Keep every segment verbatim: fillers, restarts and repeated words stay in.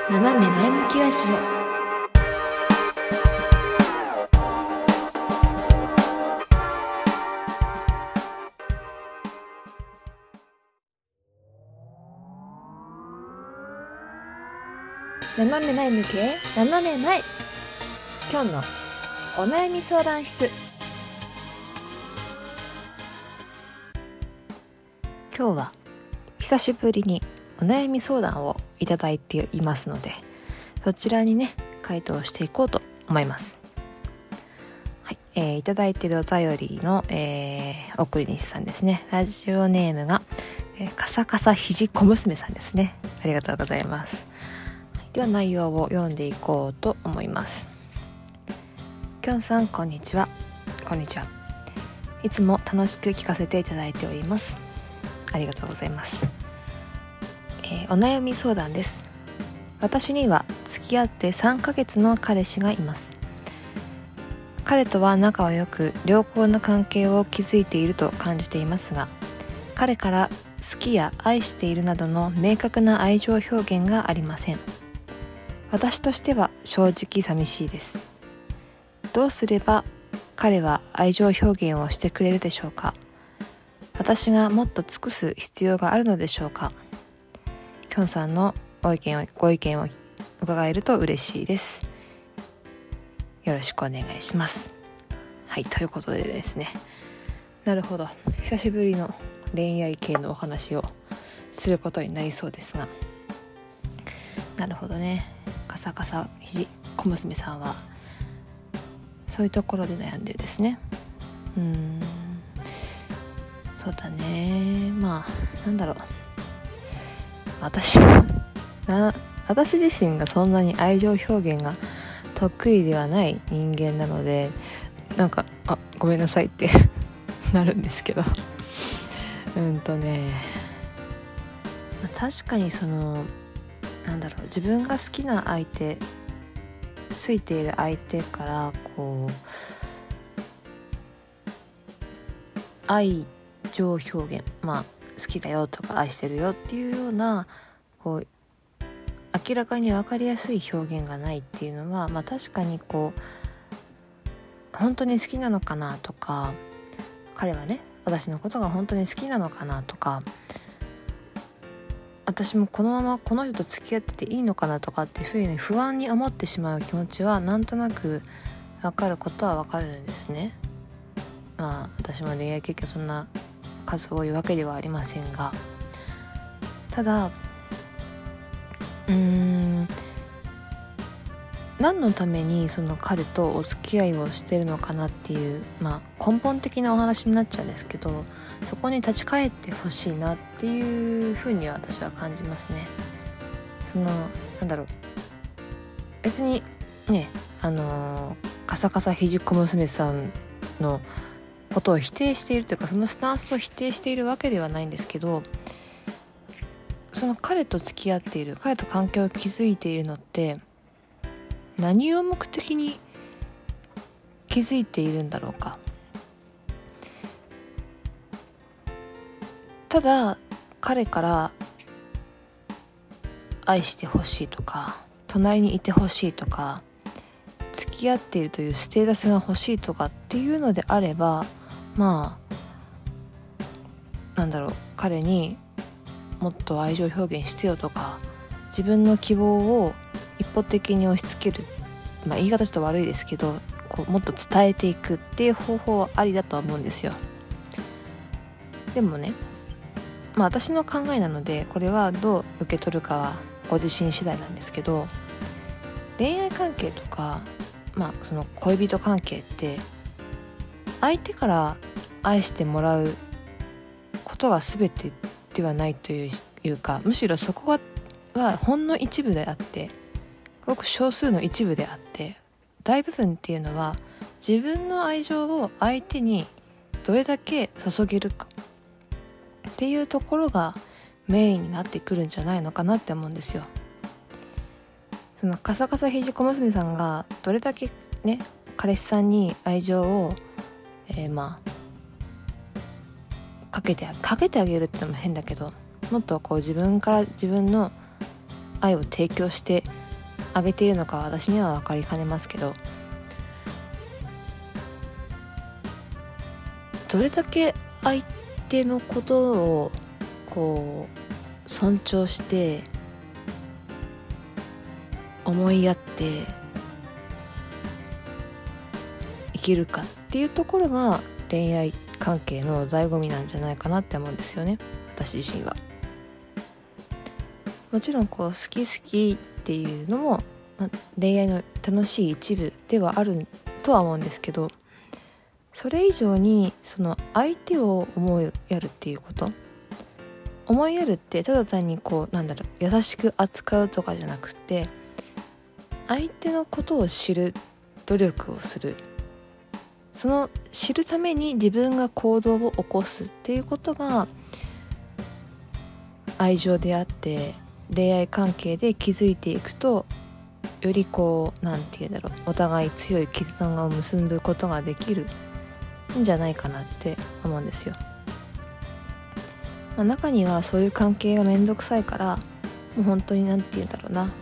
斜め前向きラジオ。斜め前向け斜め前。今日のお悩み相談室。今日は久しぶりにお悩み相談をいただいていますので、そちらにね回答していこうと思います。はい、えー、いただいているお便りの、えー、送り主さんですね。ラジオネームが、えー、カサカサひじこ娘さんですね。ありがとうございます。はい、では内容を読んでいこうと思います。きょんさん、こんにちは。こんにちは。いつも楽しく聞かせていただいております。ありがとうございます。えー、お悩み相談です。私には付き合ってさんかげつの彼氏がいます。彼とは仲は良く良好な関係を築いていると感じていますが、彼から好きや愛しているなどの明確な愛情表現がありません。私としては正直寂しいです。どうすれば彼は愛情表現をしてくれるでしょうか。私がもっと尽くす必要があるのでしょうか。きょんさんのご意見をご意見を伺えると嬉しいです。よろしくお願いします。はい、ということでですね、なるほど、久しぶりの恋愛系のお話をすることになりそうですが、なるほどね。カサカサひじ小娘さんはそういうところで悩んでるですね。うーんそうだね。まあなんだろう、私な私自身がそんなに愛情表現が得意ではない人間なので、なんかあごめんなさいってなるんですけどうんとね確かにそのなんだろう、自分が好きな相手、好いている相手からこう愛情表現、まあ好きだよとか愛してるよっていうようなこう明らかに分かりやすい表現がないっていうのは、まあ確かにこう本当に好きなのかなとか、彼はね私のことが本当に好きなのかなとか、私もこのままこの人と付き合ってていいのかなとかっていうふうに不安に思ってしまう気持ちはなんとなく分かることは分かるんですね。まあ私も恋愛経験そんな数多いわけではありませんが、ただうーん何のためにその彼とお付き合いをしてるのかなっていう、まあ根本的なお話になっちゃうんですけど、そこに立ち返ってほしいなっていうふうには私は感じますね。そのなんだろう、別にねあのカサカサひじこ娘さんのことを否定しているというか、そのスタンスを否定しているわけではないんですけど、その彼と付き合っている、彼と関係を築いているのって何を目的に築いているんだろうか。ただ彼から愛してほしいとか、隣にいてほしいとか、付き合っているというステータスが欲しいとかっていうのであれば、まあなんだろう、彼にもっと愛情表現してよとか、自分の希望を一方的に押し付ける、まあ言い方ちょっと悪いですけど、こうもっと伝えていくっていう方法はありだとは思うんですよ。でもね、まあ私の考えなのでこれはどう受け取るかはご自身次第なんですけど、恋愛関係とか、まあその恋人関係って相手から愛してもらうことが全てではないというか、むしろそこはほんの一部であって、ごく少数の一部であって、大部分っていうのは自分の愛情を相手にどれだけ注げるかっていうところがメインになってくるんじゃないのかなって思うんですよ。そのカサカサひじこ娘さんがどれだけね彼氏さんに愛情を、えー、まあかけてかけてあげるってのも変だけど、もっとこう自分から自分の愛を提供してあげているのか私には分かりかねますけど、どれだけ相手のことをこう尊重して思いやって生きるかっていうところが恋愛関係の醍醐味なんじゃないかなって思うんですよね、私自身は。もちろんこう好き好きっていうのも、まあ、恋愛の楽しい一部ではあるとは思うんですけど、それ以上にその相手を思いやるっていうこと、思いやるってただ単にこうなんだろう優しく扱うとかじゃなくて、相手のことを知る努力をする、その知るために自分が行動を起こすっていうことが愛情であって、恋愛関係で築いていくとよりこうなんていうんだろう、お互い強い絆を結ぶことができるんじゃないかなって思うんですよ。まあ、中にはそういう関係がめんどくさいからもう本当になんていうんだろうな、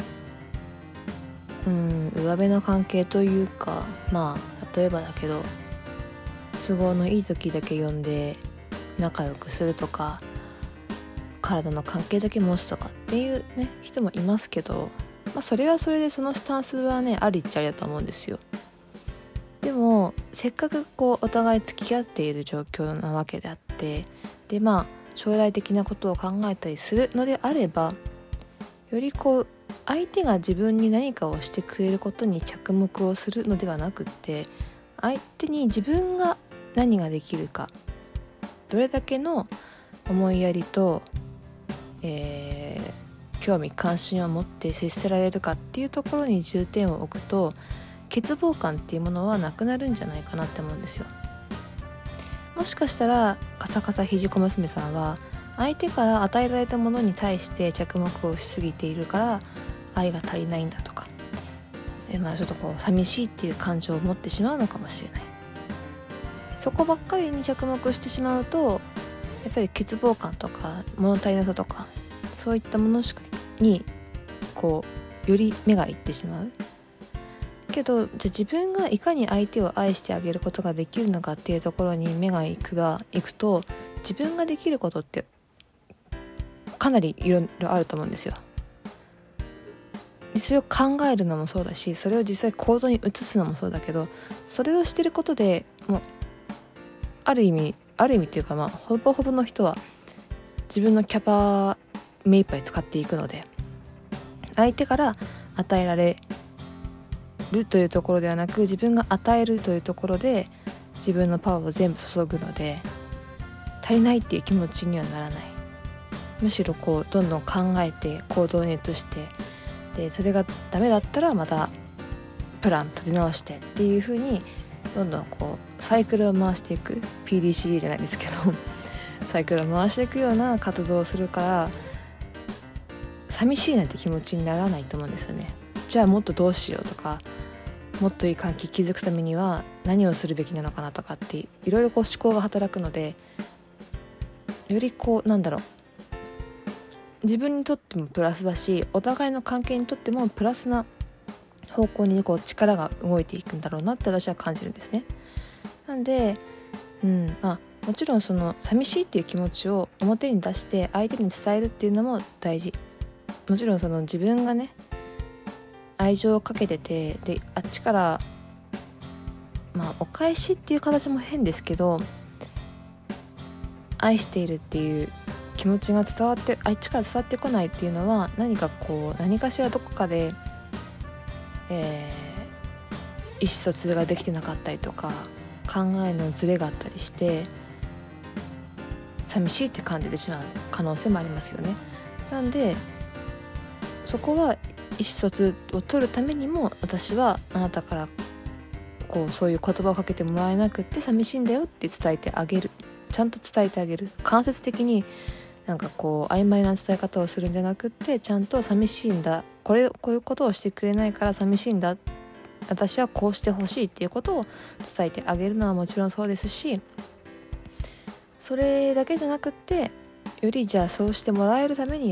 うん上辺の関係というか、まあ例えばだけど都合のいい時だけ呼んで仲良くするとか、体の関係だけ持つとかっていうね人もいますけど、まあ、それはそれでそのスタンスはねありっちゃありだと思うんですよ。でもせっかくこうお互い付き合っている状況なわけであって、でまあ将来的なことを考えたりするのであれば、よりこう相手が自分に何かをしてくれることに着目をするのではなくって、相手に自分が何ができるか、どれだけの思いやりと、えー、興味関心を持って接せられるかっていうところに重点を置くと、欠乏感っていうものはなくなるんじゃないかなって思うんですよ。もしかしたらカサカサひじこ娘さんは相手から与えられたものに対して着目をしすぎているから愛が足りないんだとか、えまあちょっとこう寂しいっていう感情を持ってしまうのかもしれない。そこばっかりに着目してしまうと、やっぱり欠乏感とか物足りなさとかそういったものしかにこうより目がいってしまう。けどじゃあ自分がいかに相手を愛してあげることができるのかっていうところに目がいくばいくと、自分ができることってかなりいろいろあると思うんですよ。でそれを考えるのもそうだし、それを実際行動に移すのもそうだけど、それをしてることでもうある意味ある意味っていうかまあほぼほぼの人は自分のキャパ目いっぱい使っていくので、相手から与えられるというところではなく、自分が与えるというところで自分のパワーを全部注ぐので、足りないっていう気持ちにはならない。むしろこうどんどん考えて行動に移して、でそれがダメだったらまたプラン立て直してっていう風にどんどんこうサイクルを回していく ピーディーシーエー じゃないですけどサイクルを回していくような活動をするから、寂しいなんて気持ちにならないと思うんですよね。じゃあもっとどうしようとか、もっといい関係築くためには何をするべきなのかなとかっていろいろこう思考が働くので、よりこうなんだろう自分にとってもプラスだし、お互いの関係にとってもプラスな方向にこう力が動いていくんだろうなって私は感じるんですね。なんで、うんまあ、もちろんその寂しいっていう気持ちを表に出して相手に伝えるっていうのも大事。もちろんその自分がね愛情をかけてて、であっちからまあお返しっていう形も変ですけど、愛しているっていう気持ちが伝わってあっちから伝わってこないっていうのは、何かこう何かしらどこかで、えー、意思疎通ができてなかったりとか考えのズレがあったりして寂しいって感じてしまう可能性もありますよね。なんでそこは意思疎通を取るためにも、私はあなたからこうそういう言葉をかけてもらえなくって寂しいんだよって伝えてあげる、ちゃんと伝えてあげる。間接的になんかこう曖昧な伝え方をするんじゃなくって、ちゃんと寂しいんだ、これこういうことをしてくれないから寂しいんだ、私はこうしてほしいっていうことを伝えてあげるのはもちろんそうですし、それだけじゃなくって、よりじゃあそうしてもらえるためには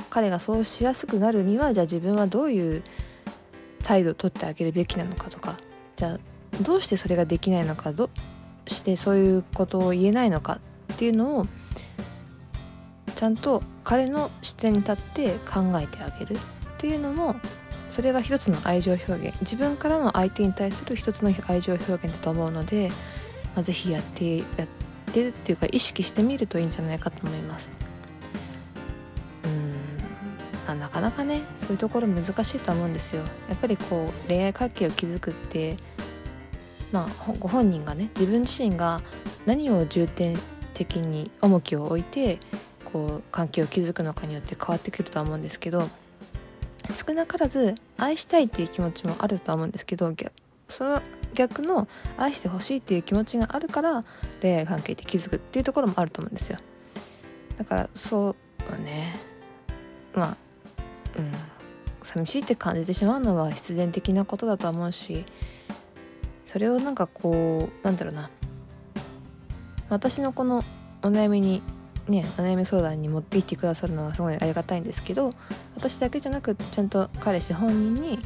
彼がそうしやすくなるには、じゃあ自分はどういう態度を取ってあげるべきなのかとか、じゃあどうしてそれができないのか、どうしてそういうことを言えないのかっていうのをちゃんと彼の視点に立って考えてあげるっていうのも、それは一つの愛情表現、自分からの相手に対する一つの愛情表現だと思うので、まあ、ぜひやってやってるっていうか意識してみるといいんじゃないかと思います。うーん、まあ、なかなかねそういうところ難しいと思うんですよ。やっぱりこう恋愛関係を築くって、まあ、ご本人がね自分自身が何を重点的に重きを置いてこう関係を築くのかによって変わってくるとは思うんですけど、少なからず愛したいっていう気持ちもあるとは思うんですけど、その逆の愛してほしいっていう気持ちがあるから恋愛関係って築くっていうところもあると思うんですよ。だからそうね、まあうん寂しいって感じてしまうのは必然的なことだと思うし、それをなんかこうなんだろうな、私のこのお悩みにね、お悩み相談に持ってきてくださるのはすごいありがたいんですけど、私だけじゃなくちゃんと彼氏本人に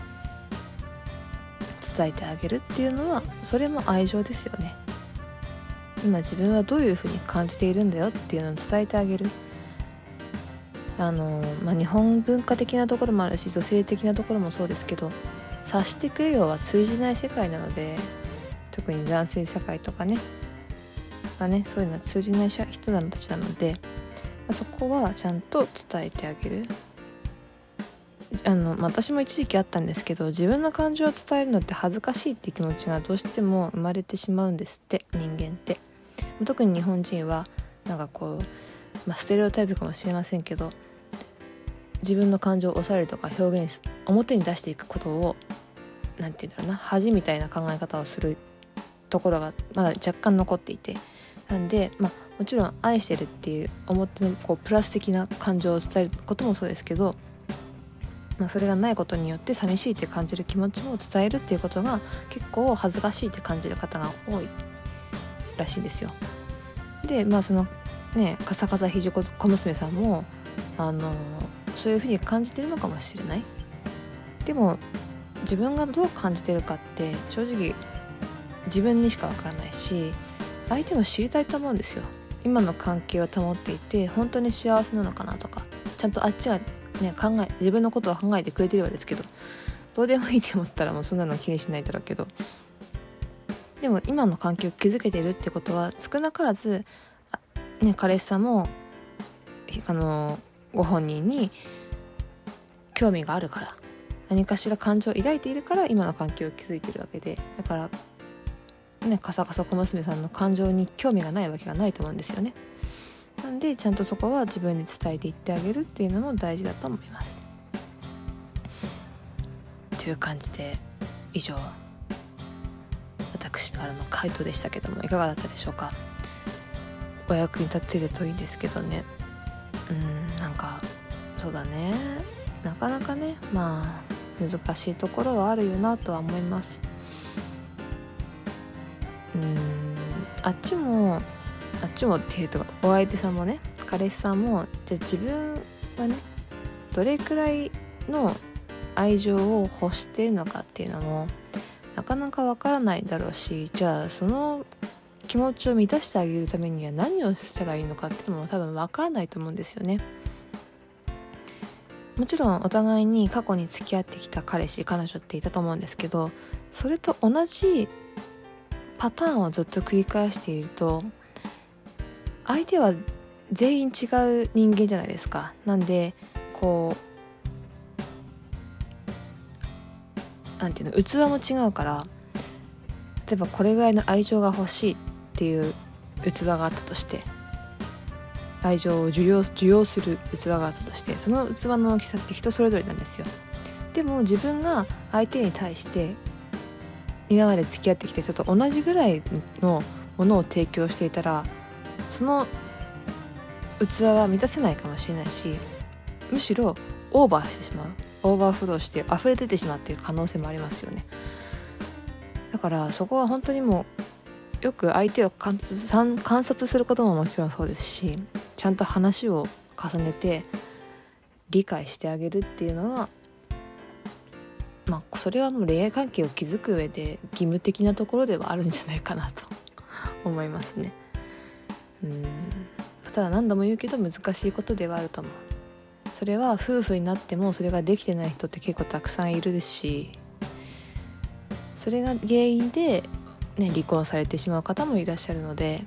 伝えてあげるっていうのは、それも愛情ですよね。今自分はどういうふうに感じているんだよっていうのを伝えてあげる。あの、まあ、日本文化的なところもあるし、女性的なところもそうですけど、察してくれよは通じない世界なので、特に男性社会とかねがね、そういうのは通じない人たちなので、そこはちゃんと伝えてあげる。あの、まあ、私も一時期あったんですけど、自分の感情を伝えるのって恥ずかしいっていう気持ちがどうしても生まれてしまうんですって、人間って。特に日本人はなんかこう、まあ、ステレオタイプかもしれませんけど、自分の感情を抑えるとか表現表に出していくことをなんていうんだろうな、恥みたいな考え方をするところがまだ若干残っていて、なんで、まあ、もちろん愛してるっていう表のこうプラス的な感情を伝えることもそうですけど、まあ、それがないことによって寂しいって感じる気持ちも伝えるっていうことが結構恥ずかしいって感じる方が多いらしいんですよ。で、まあそのねカサカサひじこ小娘さんもあのそういうふうに感じてるのかもしれない。でも自分がどう感じてるかって正直自分にしかわからないし、相手も知りたいと思うんですよ。今の関係を保っていて本当に幸せなのかなとか、ちゃんとあっちがね考え自分のことを考えてくれてるわけですけど、どうでもいいって思ったらもうそんなの気にしないだろうけど、でも今の関係を築けてるってことは少なからずね、彼氏さんもあのご本人に興味があるから、何かしら感情を抱いているから今の関係を築いているわけで、だからねカサカサ小娘さんの感情に興味がないわけがないと思うんですよね。なんでちゃんとそこは自分に伝えていってあげるっていうのも大事だと思います。という感じで以上私からの回答でしたけども、いかがだったでしょうか。お役に立ってるといいんですけどね。うーんなんかそうだね、なかなかねまあ難しいところはあるよなとは思います。うーんあっちもあっちもっていうとお相手さんもね、彼氏さんもじゃあ自分がねどれくらいの愛情を欲しているのかっていうのもなかなかわからないだろうし、じゃあその気持ちを満たしてあげるためには何をしたらいいのかっていうのも多分わからないと思うんですよね。もちろんお互いに過去に付き合ってきた彼氏彼女っていたと思うんですけど、それと同じパターンをずっと繰り返していると相手は全員違う人間じゃないですか。なんでこうなんていうの器も違うから、例えばこれぐらいの愛情が欲しいっていう器があったとして、愛情を受容、受容する器があったとして、その器の大きさって人それぞれなんですよ。でも自分が相手に対して今まで付き合ってきた人と同じぐらいのものを提供していたら、その器は満たせないかもしれないし、むしろオーバーしてしまう、オーバーフローして溢れ出てしまっている可能性もありますよね。だからそこは本当にもうよく相手を観察することももちろんそうですし、ちゃんと話を重ねて理解してあげるっていうのは、まあそれはもう恋愛関係を築く上で義務的なところではあるんじゃないかなと思いますね。うんただ何度も言うけど難しいことではあると思う。それは夫婦になってもそれができてない人って結構たくさんいるし、それが原因で、ね、離婚されてしまう方もいらっしゃるので、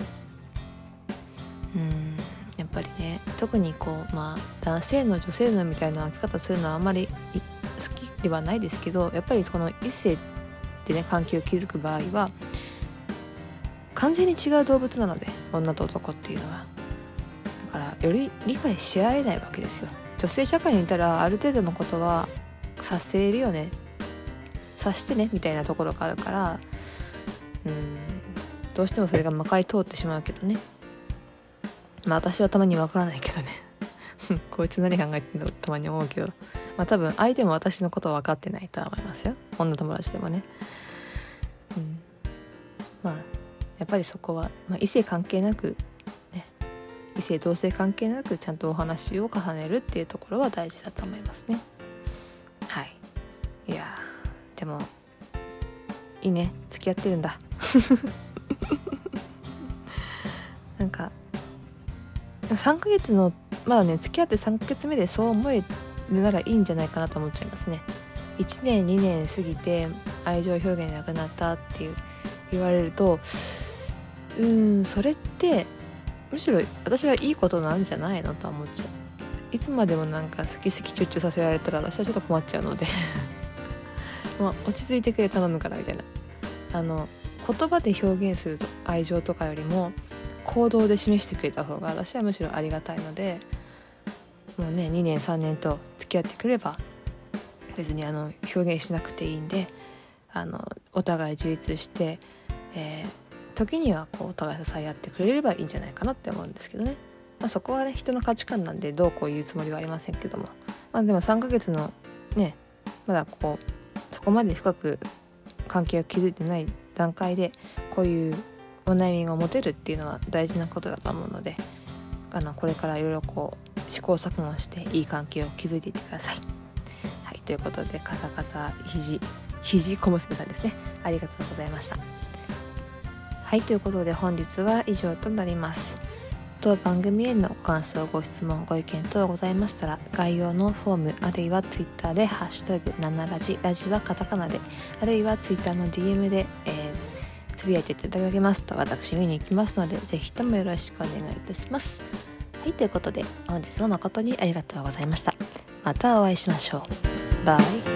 うんやっぱりね、特にこう、まあ、男性の女性のみたいな分け方するのはあんまり好きではないですけど、やっぱりその異性でね関係を築く場合は完全に違う動物なので、女と男っていうのはだからより理解し合えないわけですよ。女性社会にいたらある程度のことは察せれるよね、察してねみたいなところがあるから、うんどうしてもそれがまかり通ってしまうけどね。まあ私はたまにわからないけどねこいつ何考えてんだろうたまに思うけど、まあ多分相手も私のことは分かってないとは思いますよ、女友達でもね。うんまあやっぱりそこは、まあ、異性関係なくね、異性同性関係なくちゃんとお話を重ねるっていうところは大事だと思いますね。はい。いやでもいいね、付き合ってるんだなんかさんかげつのまだね付き合ってさんかげつめでそう思えるならいいんじゃないかなと思っちゃいますね。いちねんにねん過ぎて愛情表現なくなったっていう言われると、うーんそれってむしろ私はいいことなんじゃないのと思っちゃう。いつまでもなんか好き好きチュッチュさせられたら私はちょっと困っちゃうのでまあ落ち着いてくれ頼むからみたいな、あの言葉で表現すると愛情とかよりも行動で示してくれた方が私はむしろありがたいので、もうねにねんさんねんと付き合ってくれば別にあの表現しなくていいんで、あのお互い自立して、えー、時にはこうお互い支え合ってくれればいいんじゃないかなって思うんですけどね。まあ、そこはね人の価値観なんでどうこう言うつもりはありませんけども、まあ、でもさんかげつのねまだこうそこまで深く関係を築いてない段階でこういうお悩みが持てるっていうのは大事なことだと思うので、あのこれからいろいろこう試行錯誤していい関係を築いていってください。はい、ということでカサカサ肘肘小娘さんですね、ありがとうございました。はい、ということで本日は以上となります。当番組へのご感想ご質問ご意見等ございましたら概要のフォームあるいはツイッターでハッシュタグななラジラジはカタカナで、あるいはツイッターの ディーエム で、えー、つぶやいていただけますと私見に行きますので、ぜひともよろしくお願いいたします。はい、ということで本日は誠にありがとうございました。またお会いしましょう。バイ。